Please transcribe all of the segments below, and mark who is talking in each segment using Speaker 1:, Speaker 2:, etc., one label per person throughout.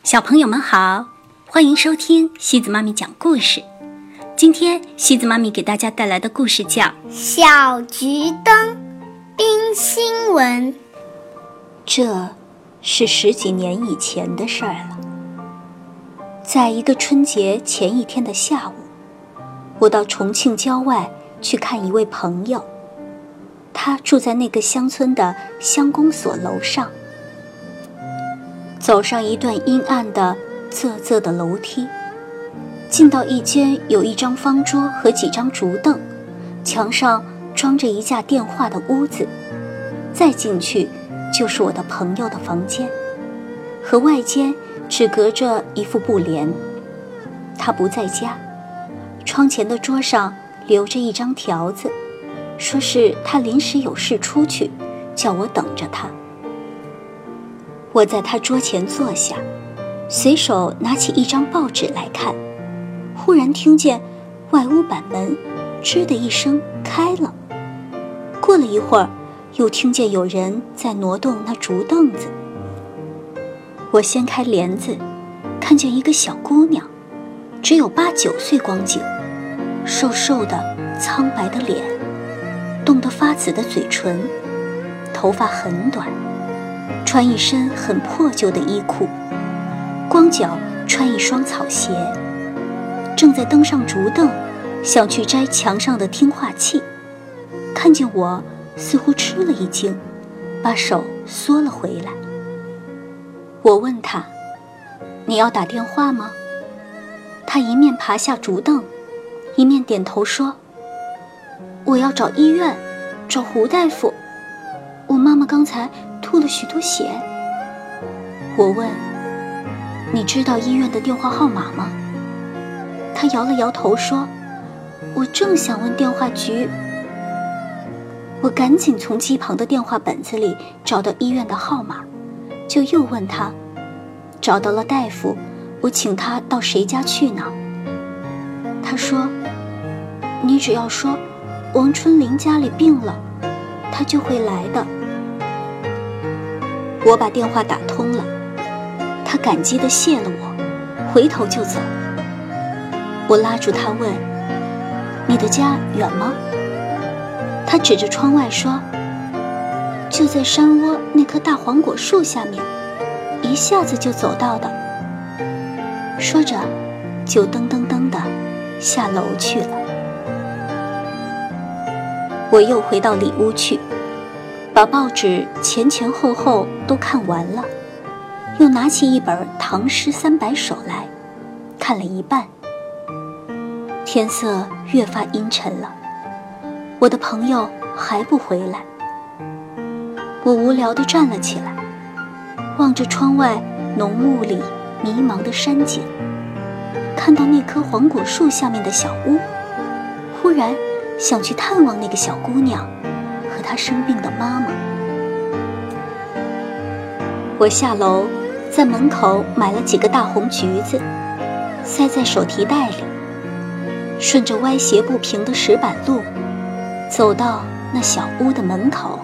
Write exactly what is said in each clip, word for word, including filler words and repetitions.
Speaker 1: 小朋友们好，欢迎收听西子妈咪讲故事。今天西子妈咪给大家带来的故事叫《
Speaker 2: 小桔灯冰心文》。
Speaker 3: 这是十几年以前的事儿了。在一个春节前一天的下午，我到重庆郊外去看一位朋友，他住在那个乡村的乡公所楼上。走上一段阴暗的仄仄的楼梯，进到一间有一张方桌和几张竹凳，墙上装着一架电话的屋子，再进去就是我的朋友的房间，和外间只隔着一副布帘。他不在家，窗前的桌上留着一张条子，说是他临时有事出去，叫我等着他。我在他桌前坐下，随手拿起一张报纸来看，忽然听见外屋板门吱的一声开了。过了一会儿，又听见有人在挪动那竹凳子。我掀开帘子，看见一个小姑娘，只有八九岁光景，瘦瘦的苍白的脸，冻得发紫的嘴唇，头发很短，穿一身很破旧的衣裤，光脚穿一双草鞋，正在登上竹凳，想去摘墙上的听话器，看见我似乎吃了一惊，把手缩了回来。我问他：你要打电话吗？他一面爬下竹凳，一面点头说：我要找医院，找胡大夫，我妈妈刚才吐了许多血。我问：你知道医院的电话号码吗？他摇了摇头说：我正想问电话局。我赶紧从机旁的电话本子里找到医院的号码，就又问他：找到了大夫，我请他到谁家去呢？他说：你只要说王春林家里病了，他就会来的。我把电话打通了，他感激地谢了我，回头就走。我拉住他问：你的家远吗？他指着窗外说：就在山窝那棵大黄果树下面，一下子就走到的。说着就噔噔噔地下楼去了。我又回到里屋去，把报纸前前后后都看完了，又拿起一本《唐诗三百首》来看了一半。天色越发阴沉了，我的朋友还不回来。我无聊地站了起来，望着窗外浓雾里迷茫的山景，看到那棵黄果树下面的小屋，忽然想去探望那个小姑娘和她生病的妈妈。我下楼，在门口买了几个大红橘子，塞在手提袋里，顺着歪斜不平的石板路走到那小屋的门口。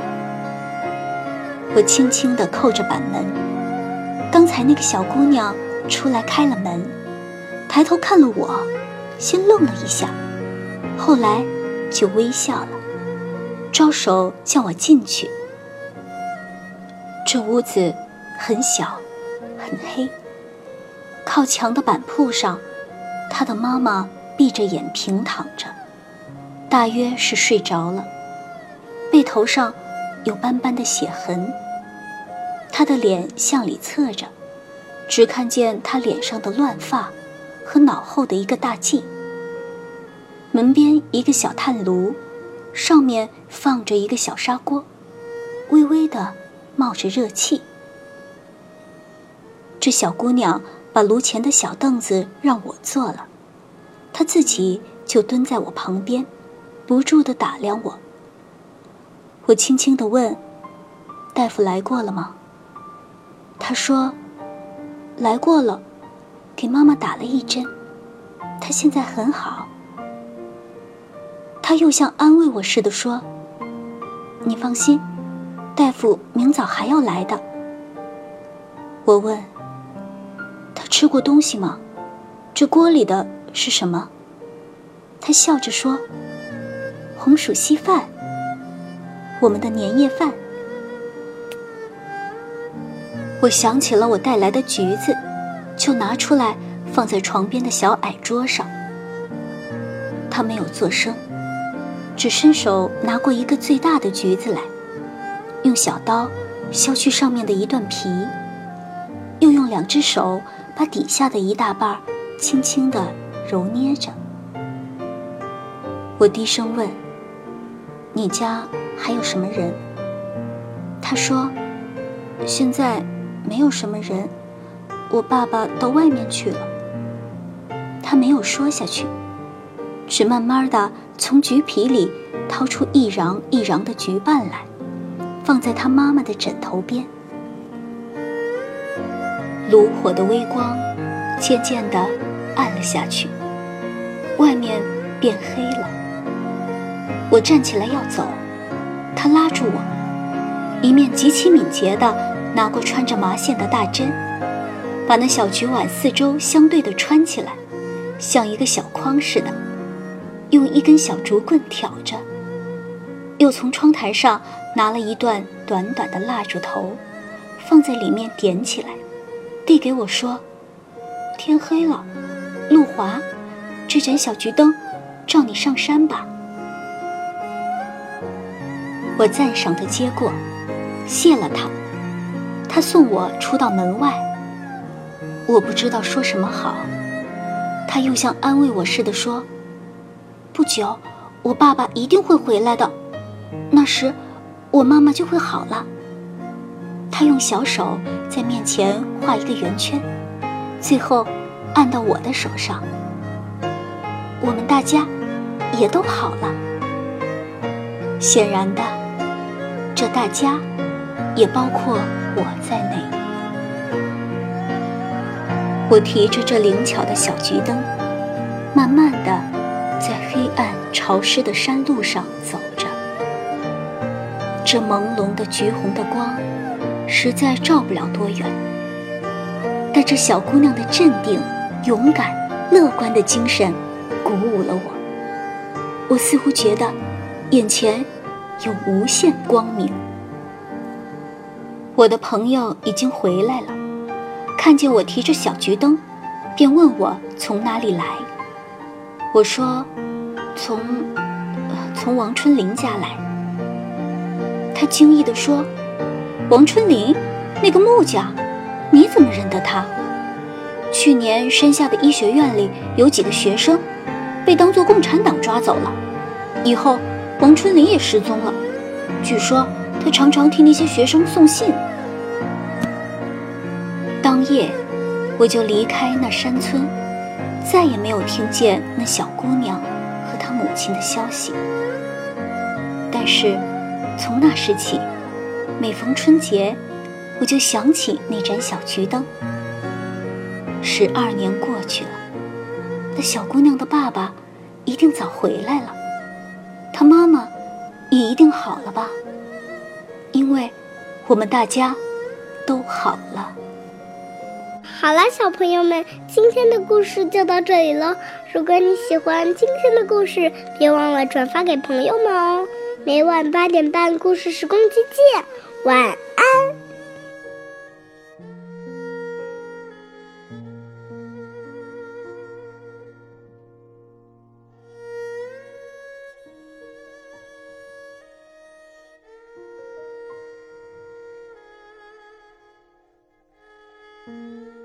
Speaker 3: 我轻轻地扣着板门，刚才那个小姑娘出来开了门，抬头看了我，先愣了一下，后来就微笑了，招手叫我进去。这屋子很小很黑，靠墙的板铺上，她的妈妈闭着眼平躺着，大约是睡着了，背头上有斑斑的血痕，她的脸向里侧着，只看见她脸上的乱发和脑后的一个大髻。门边一个小炭炉，上面放着一个小砂锅，微微地冒着热气。这小姑娘把炉前的小凳子让我坐了，她自己就蹲在我旁边，不住地打量我。我轻轻地问：大夫来过了吗？她说：来过了，给妈妈打了一针，她现在很好。她又像安慰我似的说：你放心，大夫明早还要来的。我问： 吃过东西吗？这锅里的是什么？他笑着说：红薯稀饭，我们的年夜饭。我想起了我带来的橘子，就拿出来放在床边的小矮桌上。他没有作声，只伸手拿过一个最大的橘子来，用小刀削去上面的一段皮，又用两只手把底下的一大半轻轻地揉捏着。我低声问：你家还有什么人？他说：现在没有什么人，我爸爸到外面去了。他没有说下去，只慢慢地从橘皮里掏出一瓤一瓤的橘瓣来，放在他妈妈的枕头边。炉火的微光渐渐地暗了下去，外面变黑了。我站起来要走，他拉住我，一面极其敏捷地拿过穿着麻线的大针，把那小橘碗四周相对地穿起来，像一个小筐似的，用一根小竹棍挑着，又从窗台上拿了一段短短的蜡烛头，放在里面点起来，递给我说：天黑了，路滑，这盏小桔灯照你上山吧。我赞赏地接过，谢了他。他送我出到门外，我不知道说什么好。他又像安慰我似的说：不久我爸爸一定会回来的，那时我妈妈就会好了。他用小手在面前画一个圆圈，最后按到我的手上。我们大家也都好了。显然的，这大家也包括我在内。我提着这灵巧的小桔灯，慢慢地在黑暗潮湿的山路上走着。这朦胧的橘红的光实在照不了多远，但这小姑娘的镇定、勇敢、乐观的精神鼓舞了我。我似乎觉得眼前有无限光明。我的朋友已经回来了，看见我提着小桔灯，便问我从哪里来。我说：从、呃、从王春林家来。他惊异地说：王春林，那个木匠，你怎么认得他？去年山下的医学院里有几个学生被当作共产党抓走了，以后王春林也失踪了。据说他常常替那些学生送信。当夜我就离开那山村，再也没有听见那小姑娘和她母亲的消息。但是从那时起，每逢春节我就想起那盏小桔灯。十二年过去了，那小姑娘的爸爸一定早回来了，她妈妈也一定好了吧，因为我们大家都好了。
Speaker 2: 好了，小朋友们，今天的故事就到这里了。如果你喜欢今天的故事，别忘了转发给朋友们哦。每晚八点半，故事时光机见，晚安。嗯。